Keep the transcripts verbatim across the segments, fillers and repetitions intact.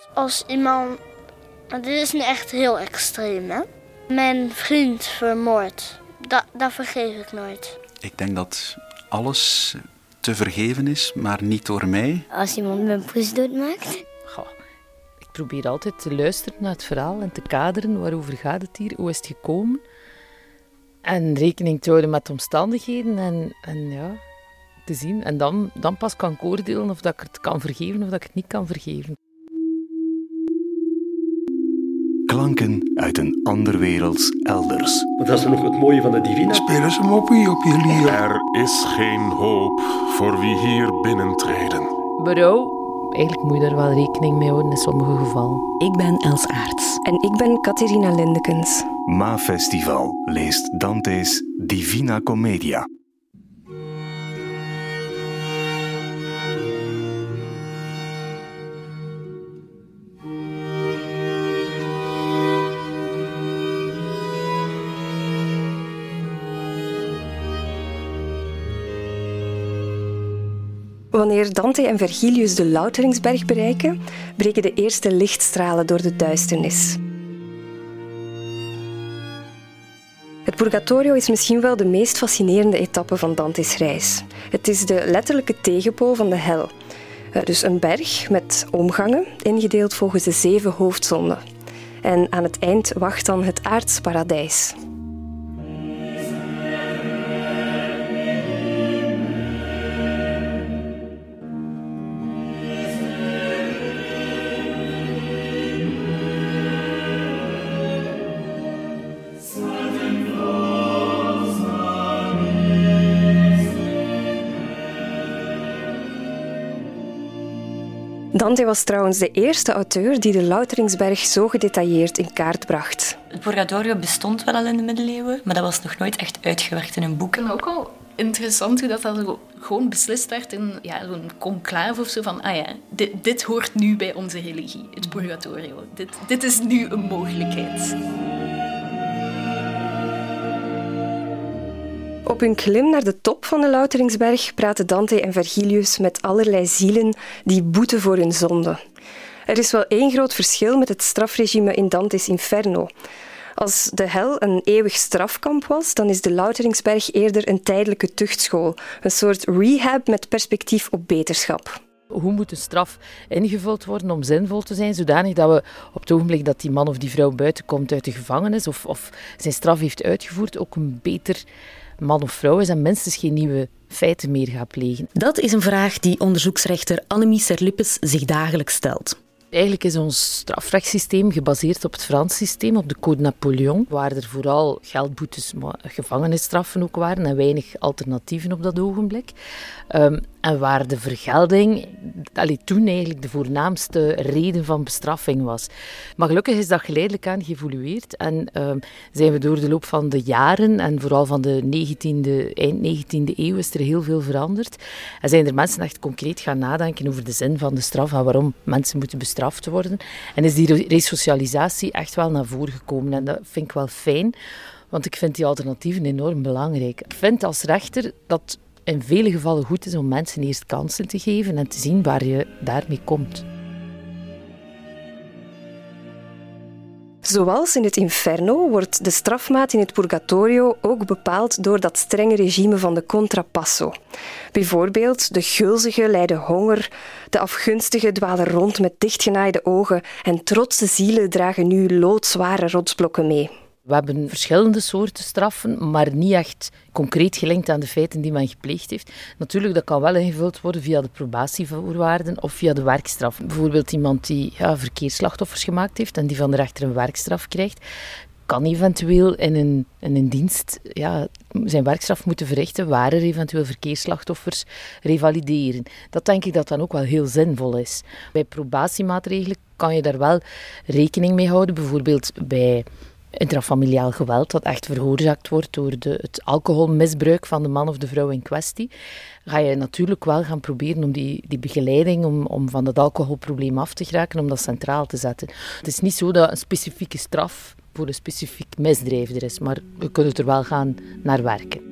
Als iemand, dit is nu echt heel extreem, hè? Mijn vriend vermoord, dat, dat vergeef ik nooit. Ik denk dat alles te vergeven is, maar niet door mij. Als iemand mijn poes doodmaakt? Goh, ik probeer altijd te luisteren naar het verhaal en te kaderen. Waarover gaat het hier? Hoe is het gekomen? En rekening te houden met de omstandigheden en, en ja, te zien. En dan, dan pas kan ik oordelen of dat ik het kan vergeven of dat ik het niet kan vergeven. Klanken uit een ander werelds elders. Maar dat is nog het mooie van de Divina. Spelen ze moppie op je lier. Er is geen hoop voor wie hier binnentreden. Berouw, eigenlijk moet je daar wel rekening mee houden in sommige gevallen. Ik ben Els Aerts. En ik ben Catharina Lindekens. MAFestival leest Dante's Divina Commedia. Wanneer Dante en Vergilius de Louteringsberg bereiken, breken de eerste lichtstralen door de duisternis. Het Purgatorio is misschien wel de meest fascinerende etappe van Dante's reis. Het is de letterlijke tegenpool van de hel. Dus een berg met omgangen, ingedeeld volgens de zeven hoofdzonden. En aan het eind wacht dan het aards paradijs. Dante was trouwens de eerste auteur die de Louteringsberg zo gedetailleerd in kaart bracht. Het Purgatorio bestond wel al in de middeleeuwen, maar dat was nog nooit echt uitgewerkt in een boek. En ook al interessant hoe dat, dat gewoon beslist werd in ja, zo'n conclave of zo van ah ja, dit, dit hoort nu bij onze religie, het Purgatorio. Dit, dit is nu een mogelijkheid. Op hun klim naar de top van de Louteringsberg praten Dante en Vergilius met allerlei zielen die boeten voor hun zonde. Er is wel één groot verschil met het strafregime in Dante's Inferno. Als de hel een eeuwig strafkamp was, dan is de Louteringsberg eerder een tijdelijke tuchtschool. Een soort rehab met perspectief op beterschap. Hoe moet een straf ingevuld worden om zinvol te zijn, zodanig dat we op het ogenblik dat die man of die vrouw buiten komt uit de gevangenis of, of zijn straf heeft uitgevoerd, ook een beter man of vrouw is en minstens geen nieuwe feiten meer gaat plegen. Dat is een vraag die onderzoeksrechter Annemie Serlippes zich dagelijks stelt. Eigenlijk is ons strafrechtssysteem gebaseerd op het Frans systeem, op de Code Napoleon, waar er vooral geldboetes, maar gevangenisstraffen ook waren en weinig alternatieven op dat ogenblik. Um, en waar de vergelding allee, toen eigenlijk de voornaamste reden van bestraffing was. Maar gelukkig is dat geleidelijk aan geëvolueerd en um, zijn we door de loop van de jaren en vooral van de negentiende, eind negentiende eeuw is er heel veel veranderd. En zijn er mensen echt concreet gaan nadenken over de zin van de straf en waarom mensen moeten bestraft worden. En is die resocialisatie echt wel naar voren gekomen en dat vind ik wel fijn, want ik vind die alternatieven enorm belangrijk. Ik vind als rechter dat in vele gevallen goed is om mensen eerst kansen te geven en te zien waar je daarmee komt. Zoals in het Inferno wordt de strafmaat in het Purgatorio ook bepaald door dat strenge regime van de contrapasso. Bijvoorbeeld, de gulzigen lijden honger, de afgunstigen dwalen rond met dichtgenaaide ogen en trotse zielen dragen nu loodzware rotsblokken mee. We hebben verschillende soorten straffen, maar niet echt concreet gelinkt aan de feiten die men gepleegd heeft. Natuurlijk, dat kan wel ingevuld worden via de probatievoorwaarden of via de werkstraf. Bijvoorbeeld iemand die ja, verkeersslachtoffers gemaakt heeft en die van de rechter een werkstraf krijgt, kan eventueel in een, in een dienst ja, zijn werkstraf moeten verrichten waar er eventueel verkeersslachtoffers revalideren. Dat denk ik dat dan ook wel heel zinvol is. Bij probatiemaatregelen kan je daar wel rekening mee houden, bijvoorbeeld bij intrafamiliaal geweld dat echt veroorzaakt wordt door de, het alcoholmisbruik van de man of de vrouw in kwestie, ga je natuurlijk wel gaan proberen om die, die begeleiding, om, om van dat alcoholprobleem af te geraken, om dat centraal te zetten. Het is niet zo dat een specifieke straf voor een specifiek misdrijf er is, maar we kunnen er wel gaan naar werken.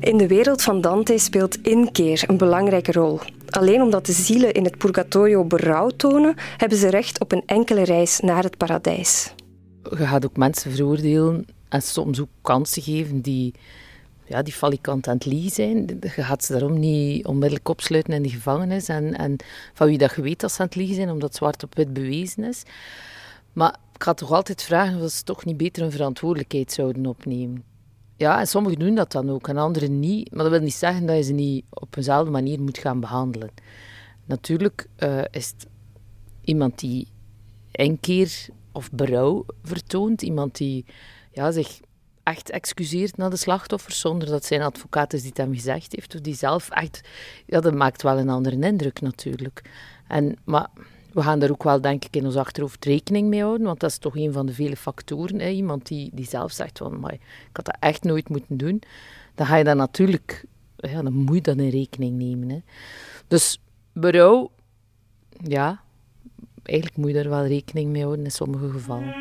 In de wereld van Dante speelt inkeer een belangrijke rol. Alleen omdat de zielen in het purgatorio berouw tonen, hebben ze recht op een enkele reis naar het paradijs. Je gaat ook mensen veroordelen en soms ook kansen geven die, ja, die falikant aan het liegen zijn. Je gaat ze daarom niet onmiddellijk opsluiten in de gevangenis en, en van wie dat je weet dat ze aan het liegen zijn, omdat het zwart op wit bewezen is. Maar ik ga toch altijd vragen of ze toch niet beter een verantwoordelijkheid zouden opnemen. Ja, en sommigen doen dat dan ook en anderen niet. Maar dat wil niet zeggen dat je ze niet op eenzelfde manier moet gaan behandelen. Natuurlijk uh, is het iemand die inkeer of berouw vertoont. Iemand die ja, zich echt excuseert naar de slachtoffers zonder dat zijn advocaat is die het hem gezegd heeft. Of die zelf echt... Ja, dat maakt wel een andere indruk natuurlijk. En, maar we gaan daar ook wel, denk ik, in ons achterhoofd rekening mee houden. Want dat is toch een van de vele factoren. Hè? Iemand die, die zelf zegt van, maar ik had dat echt nooit moeten doen. Dan ga je dat natuurlijk... Ja, dan moet je dat in rekening nemen. Hè? Dus berouw... Ja... Eigenlijk moet je daar wel rekening mee houden in sommige gevallen.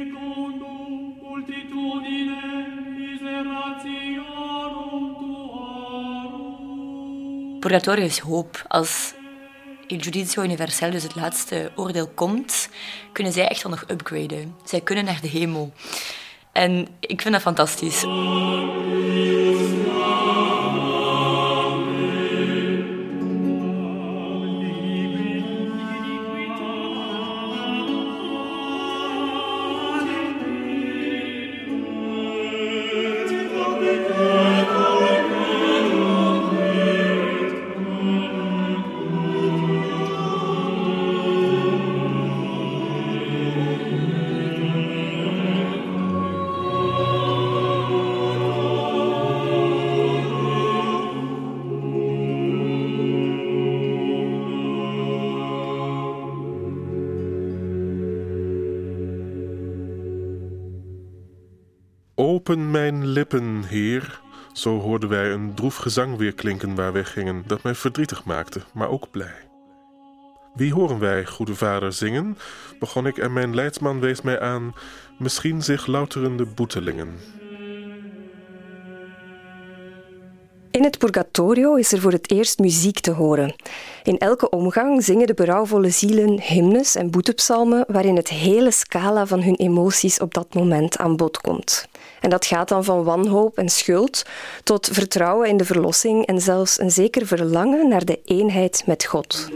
Purgatorio is hoop. Als Il Giudizio Universel, dus het laatste oordeel, komt, kunnen zij echt wel nog upgraden. Zij kunnen naar de hemel. En ik vind dat fantastisch. Open mijn lippen, Heer. Zo hoorden wij een droef gezang weer klinken waar wij gingen, dat mij verdrietig maakte, maar ook blij. Wie horen wij, goede vader, zingen? Begon ik en mijn leidsman wees mij aan, misschien zich louterende boetelingen. In het purgatorio is er voor het eerst muziek te horen. In elke omgang zingen de berouwvolle zielen hymnes en boetepsalmen waarin het hele scala van hun emoties op dat moment aan bod komt. En dat gaat dan van wanhoop en schuld tot vertrouwen in de verlossing en zelfs een zeker verlangen naar de eenheid met God.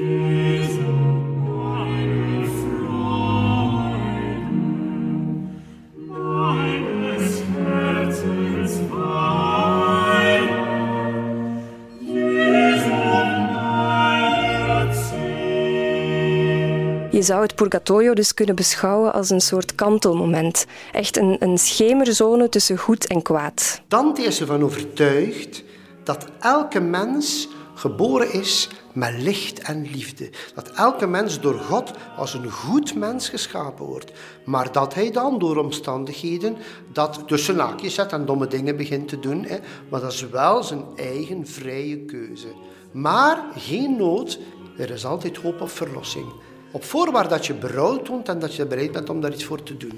Je zou het purgatorio dus kunnen beschouwen als een soort kantelmoment. Echt een, een schemerzone tussen goed en kwaad. Dante is ervan overtuigd dat elke mens geboren is met licht en liefde. Dat elke mens door God als een goed mens geschapen wordt. Maar dat hij dan door omstandigheden dat tussen haakjes zet en domme dingen begint te doen. Hè. Maar dat is wel zijn eigen vrije keuze. Maar geen nood, er is altijd hoop op verlossing. Op voorwaarde dat je berouw toont en dat je bereid bent om daar iets voor te doen.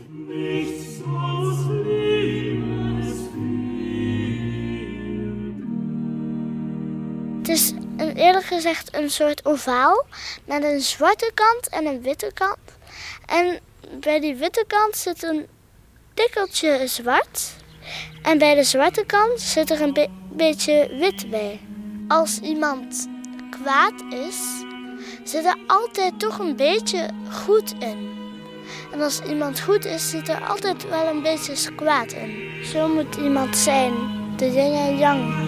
Het is een, eerlijk gezegd een soort ovaal met een zwarte kant en een witte kant. En bij die witte kant zit een tikkeltje zwart. En bij de zwarte kant zit er een be- beetje wit bij. Als iemand kwaad is, zit er altijd toch een beetje goed in. En als iemand goed is, zit er altijd wel een beetje kwaad in. Zo moet iemand zijn, de yin en yang.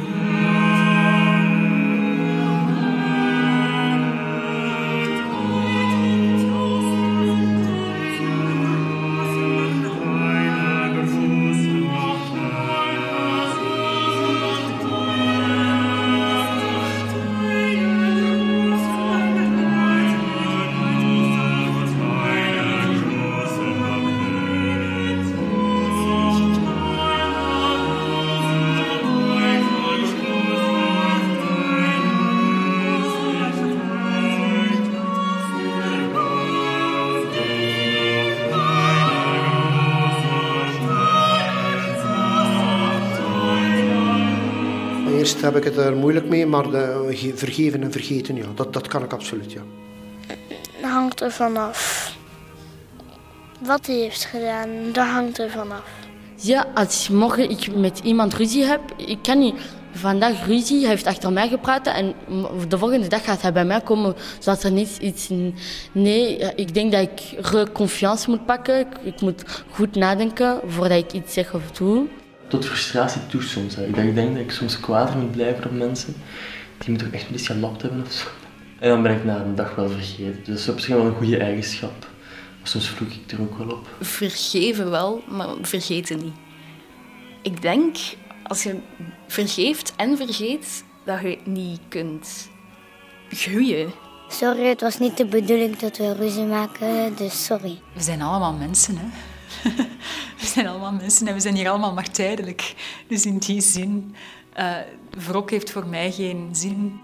eerst heb ik het er moeilijk mee, maar de, vergeven en vergeten, ja, dat, dat kan ik absoluut, ja. Dat hangt er vanaf. Wat hij heeft gedaan, dat hangt er vanaf. Ja, als morgen ik met iemand ruzie heb, ik kan niet... Vandaag ruzie, hij heeft achter mij gepraat en de volgende dag gaat hij bij mij komen zoals er niet iets... Nee, ik denk dat ik confiance moet pakken. Ik, ik moet goed nadenken voordat ik iets zeg of doe. Tot frustratie toe soms. Hè. Ik denk, ik denk dat ik soms kwaad moet blijven op mensen. Die moeten ook echt wel eens gelapt hebben of zo. En dan ben ik na een dag wel vergeten. Dus dat is op zich wel een goede eigenschap. Maar soms vloek ik er ook wel op. Vergeven wel, maar vergeten niet. Ik denk... Als je vergeeft en vergeet, dat je niet kunt groeien. Sorry, het was niet de bedoeling dat we ruzie maken, dus sorry. We zijn allemaal mensen, hè. We zijn allemaal mensen en we zijn hier allemaal maar tijdelijk. Dus in die zin, uh, wrok heeft voor mij geen zin.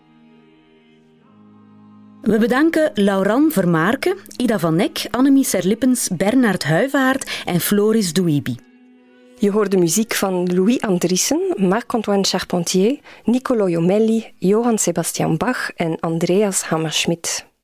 We bedanken Laurent Vermaarke, Ida van Eck, Annemie Serlippens, Bernard Huivaert en Floris Douibi. Je hoort de muziek van Louis Andriessen, Marc-Antoine Charpentier, Niccolò Jommelli, Johann Sebastian Bach en Andreas Hammerschmidt.